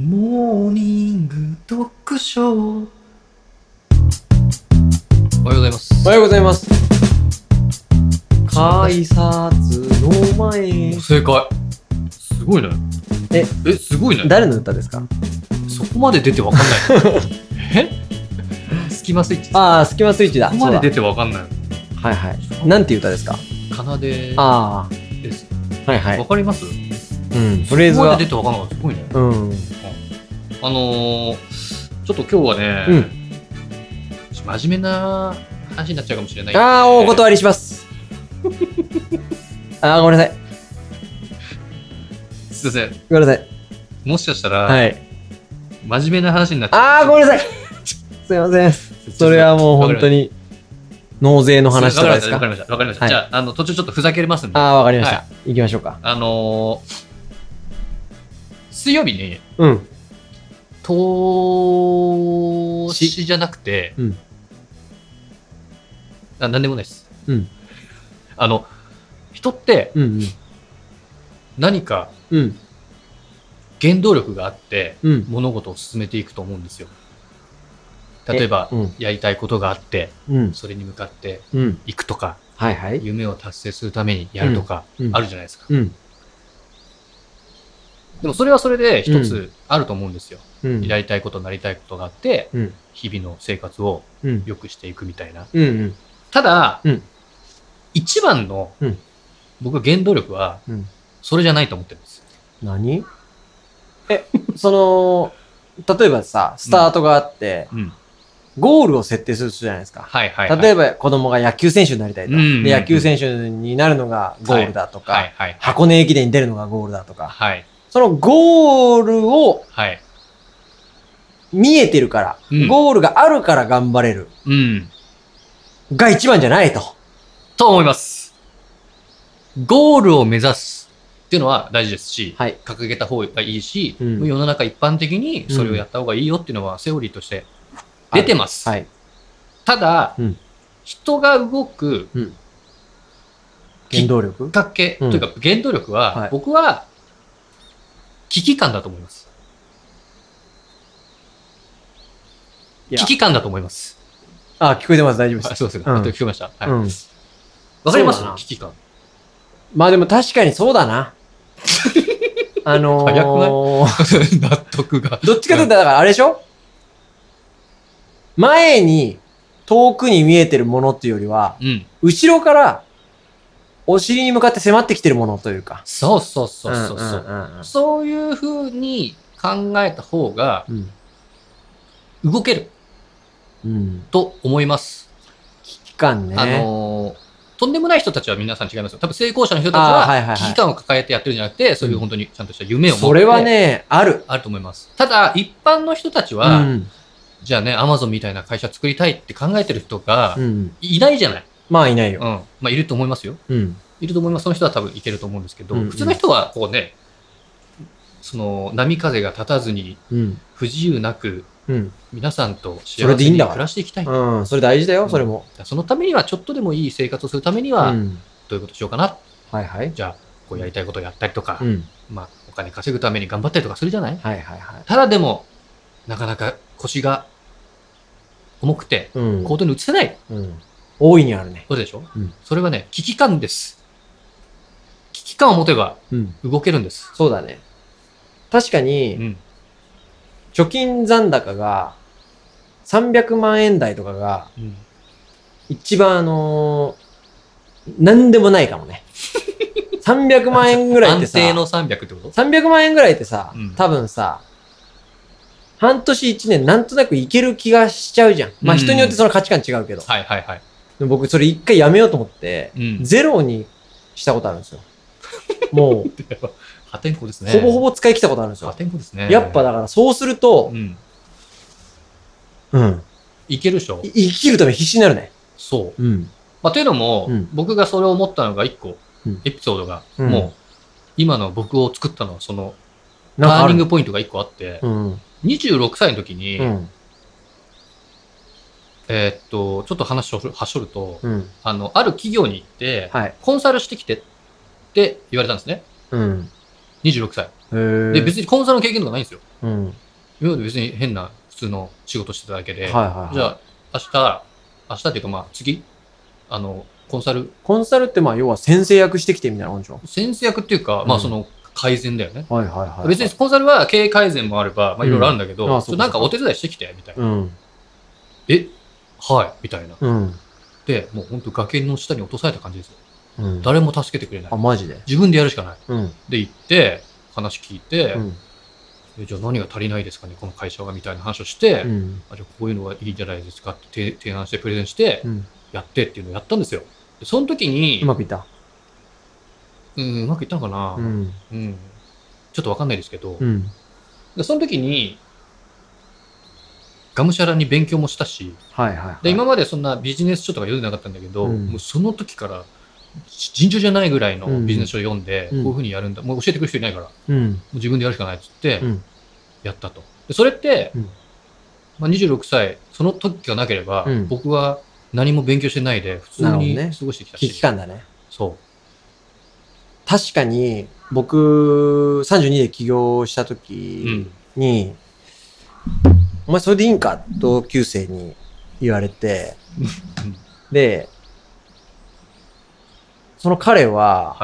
モーニング読書。おはようございます。 おはようございます。改札の前。 正解。すごいね。すごいね。 誰の歌ですか？ そこまで出てわかんないスキマスイッチ。 ああ、スキマスイッチだ。 そこまで出てわかんない。 はいはい。なんていう歌ですか？ 奏であです。 あ、はいはい。 わかります？ うん。フレーズがそこまで出てわかんない。すごいね。 うん。 ちょっと今日はね、真面目な話になっちゃうかもしれない。 ああ、お断りします。ああ、ごめんなさい。 すいません。 ごめんなさい。 もしかしたら、 はい。 真面目な話になっちゃう。 ああ、ごめんなさい。すいません。それはもう本当に納税の話とかですか？ わかりました。わかりました。 はい、 じゃあ、途中ちょっとふざけますんで。 ああ、わかりました。 はい、 行きましょうか。 水曜日に、投資じゃなくて、なんでもないです。人って、何か、原動力があって、物事を進めていくと思うんですよ。例えば、やりたいことがあって、それに向かっていくとか、夢を達成するためにやるとか、あるじゃないですか。でもそれはそれで一つあると思うんですよ。やりたいこと、なりたいことがあって、日々の生活を良くしていくみたいな。ただ、一番の僕は原動力は、それじゃないと思ってるんです。 何？例えばさ、スタートがあって、ゴールを設定するじゃないですか。例えば子供が野球選手になりたいと。で、野球選手になるのがゴールだとか、箱根駅伝に出るのがゴールだとか、そのゴールを見えてるから、ゴールがあるから頑張れる。が一番じゃないと。 と思います。ゴールを目指すっていうのは大事ですし、掲げた方がいいし、世の中一般的にそれをやった方がいいよっていうのはセオリーとして出てます。ただ、人が動く原動力？ きっかけというか原動力は、僕は危機感だと思います。危機感だと思います。 あ、聞こえてます。大丈夫です。 そうです。聞こえました。わかります危機感。 まあでも確かにそうだな。 早くない納得が。 どっちかというと、だからあれでしょ？前に遠くに見えてるものっていうよりは、後ろからお尻に向かって迫ってきてるものというか。 そう。そういう風に考えた方が、動ける。と思います。 危機感ね。 とんでもない人たちは皆さん違いますよ。多分成功者の人たちは危機感を抱えてやってるんじゃなくて、そういう本当にちゃんとした夢を持って。 それはね、あると思います。ただ、一般の人たちは、じゃあね、アマゾンみたいな会社作りたいって考えてる人が、いないじゃない。 まあいないよ。 まあいると思いますよ。いると思います。その人は多分いけると思うんですけど、普通の人はこうね、その波風が立たずに、不自由なく、皆さんと幸せに暮らしていきたい。 それ大事だよ、それも。 そのためには、ちょっとでもいい生活をするためには、どういうことしようかな。じゃあ、こうやりたいことをやったりとか、まあ、お金稼ぐために頑張ったりとかするじゃない？ただでも、なかなか腰が重くて、行動に移せない。 大いにあるね。 そうでしょ？それはね、危機感です。危機感を持てば、動けるんです。 そうだね。確かに、貯金残高が300万円台とかが、一番なんでもないかもね。300万円ぐらいってさ、 安定の300ってこと？ 300 万円ぐらいってさ、多分さ、半年1年なんとなくいける気がしちゃうじゃん。まあ人によってその価値観違うけど。僕それ一回やめようと思って、ゼロにしたことあるんですよ。もう、 破天荒ですね。 ほぼほぼ使い切ったことあるんですよ。 破天荒ですね。 やっぱだからそうすると、 いけるでしょ？ 生きるため必死になるね。 そう。まあ、というのも、僕がそれを思ったのが一個、エピソードが、もう、今の僕を作ったのは、その、ターニングポイントが一個あって、26歳の時に、ちょっと話をはしょると、ある企業に行って、コンサルしてきてって言われたんですね。26歳。で、別にコンサルの経験とかないんですよ。 うん、今まで別に変な普通の仕事してただけで、はいはいはい、じゃあ明日っていうかまあ次コンサルってまあ要は先生役してきてみたいな感じでしょ。 先生役っていうか、まあその改善だよね。はいはいはい、はい。別にコンサルは経営改善もあれば、まあいろいろあるんだけど、なんかお手伝いしてきてみたいな。はいみたいな。で、もう本当崖の下に落とされた感じですよ。誰も助けてくれない。 あ、マジで？ 自分でやるしかない。で行って話聞いて、じゃあ何が足りないですかねこの会社はみたいな話をして、じゃあこういうのがいいんじゃないですかって提案してプレゼンして、やってっていうのをやったんですよ。でその時にうまくいった？ うまくいったのかな、ちょっとわかんないですけど、でその時にがむしゃらに勉強もしたし、で今までそんなビジネス書とか読んでなかったんだけど、もうその時から尋常じゃないぐらいのビジネス書を読んで、こういうふうにやるんだ、もう教えてくる人いないから、もう自分でやるしかないっつってやったと。でそれって、まあ、26歳その時がなければ、僕は何も勉強してないで普通に過ごしてきたし、 危機感だね。 そう確かに僕32で起業した時に、お前それでいいんか同級生に言われてでその彼は、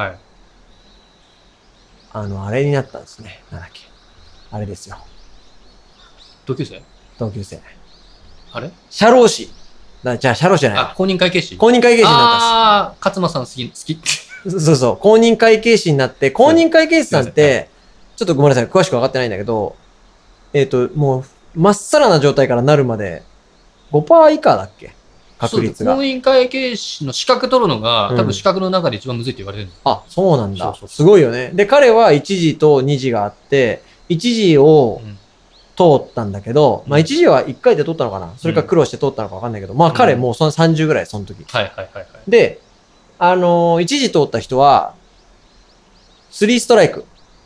あれになったんですね。なんだっけ、あれですよ。 同級生あれ社労士じゃあ社労士じゃない。 公認会計士になったんです。 勝間さん好きそうそう、公認会計士になって、公認会計士さんって、ちょっとごめんなさい、詳しく分かってないんだけど、もう、まっさらな状態からなるまで、5% 以下だっけ確率が。 公認会計士の資格取るのが、多分資格の中で一番むずいって言われてるんです。 あ、そうなんだ。すごいよね。で、彼は1次と2次があって、1次を通ったんだけど、まあ1次は1回で通ったのかな、それか苦労して通ったのか分かんないけど、まあ彼もうその30ぐらい、その時。で、1次通った人は、3ストライク。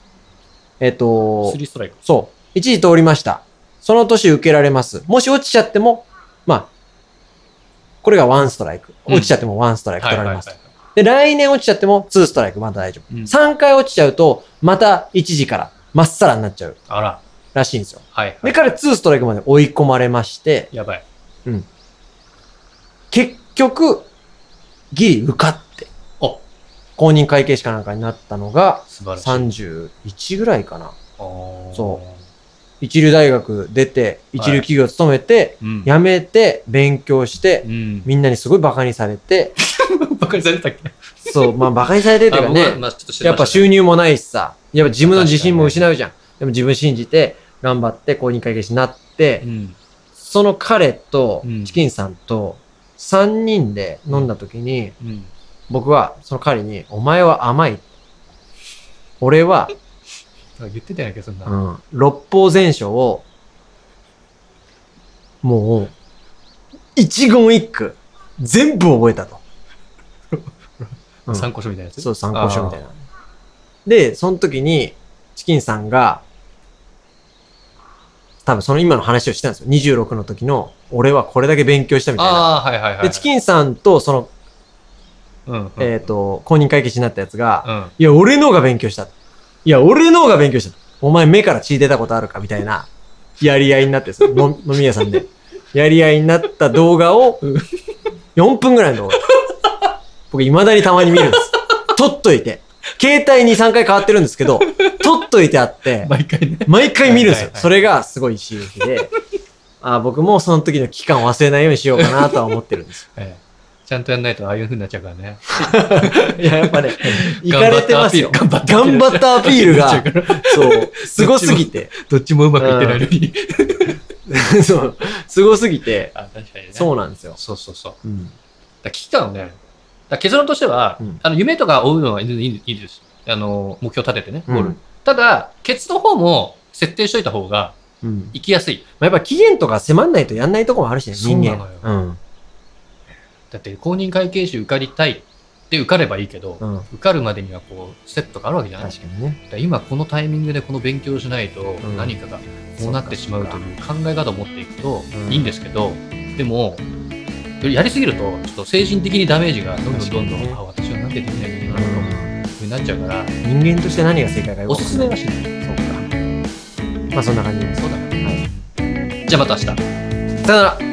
3ストライク。 そう。1次通りました。その年受けられます。もし落ちちゃっても、まあ、これが1ストライク。落ちちゃっても1ストライク取られます。で、来年落ちちゃっても2ストライク。まだ大丈夫。3回落ちちゃうと、また1次からまっさらになっちゃう。らしいんですよ。で、彼2ストライクまで追い込まれまして、 やばい。 結局、ギリ受かって、公認会計士かなんかになったのが、31ぐらいかな。そう。一流大学出て、一流企業勤めて、辞めて、勉強して、みんなにすごいバカにされて。 バカにされたっけ？ そう、まあバカにされてっていうかね、やっぱ収入もないしさ、やっぱ自分の自信も失うじゃん。でも自分信じて、頑張って公認会計士になって、その彼と、チキンさんと、3人で飲んだ時に、僕はその彼に、お前は甘い。俺は、 言ってたやんけ、そんな。 六法全書を、もう、一言一句、全部覚えたと。 参考書みたいなやつ？ そう、参考書みたいな。で、その時に、チキンさんが、多分その今の話をしたんですよ。26の時の、俺はこれだけ勉強したみたいな。で、チキンさんと、その、公認会計士になったやつが、いや、俺の方が勉強した。いや、俺の方が勉強した。お前目から血出たことあるかみたいな、やり合いになって飲み屋さんで。やり合いになった動画を、4分ぐらいの動画。僕、未だにたまに見るんです。撮っといて。携帯に3回変わってるんですけど、撮っといてあって、毎回見るんですよ。それがすごい刺激で、僕もその時の期間を忘れないようにしようかなとは思ってるんです。 ちゃんとやんないとああいう風になっちゃうからね。 いや、やっぱね、いかれてますよ。頑張ったアピールが、そう、すごすぎて。 どっちもうまくいってないのに。 そう、すごすぎて。 確かにね。 そうなんですよ。 そう。危機感をね、結論としては、夢とか追うのはいいです。目標立ててね、ゴール。ただ、ケツの方も設定しといた方が、生きやすい。 やっぱ期限とか迫んないとやんないとこもあるしね、人間。 だって公認会計士受かりたいって受かればいいけど、受かるまでにはこうステップがあるわけじゃない。 確かにね。 今このタイミングでこの勉強をしないと何かがこうなってしまうという考え方を持っていくといいんですけど、でもやりすぎるとちょっと精神的にダメージがどんどん私はなんでできないんだろうとなっちゃうから、 人間として何が正解かおすすめはしない。 そうか。 まあそんな感じです。 そうだね。はい。じゃあまた明日。 さよなら。